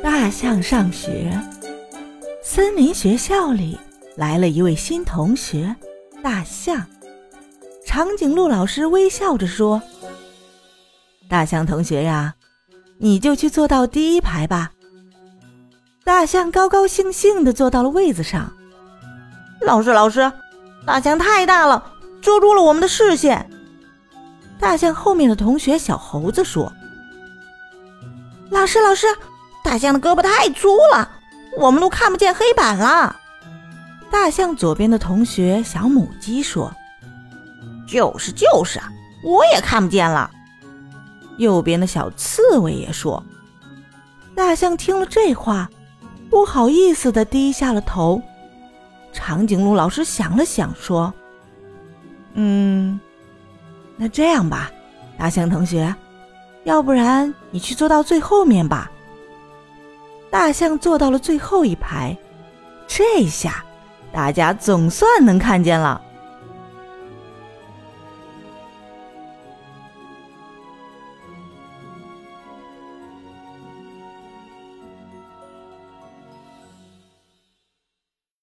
大象上学。森林学校里来了一位新同学，大象。长颈鹿老师微笑着说：大象同学呀，你就去坐到第一排吧。大象高高兴兴地坐到了位子上。 老师，大象太大了，遮住了我们的视线。 大象后面的同学小猴子说： 老师，大象的胳膊太粗了，我们都看不见黑板了。 大象左边的同学小母鸡说： 就是啊，我也看不见了。 右边的小刺猬也说。大象听了这话，不好意思地低下了头。长颈鹿老师想了想说：那这样吧，大象同学，要不然你去坐到最后面吧。大象坐到了最后一排，这下大家总算能看见了。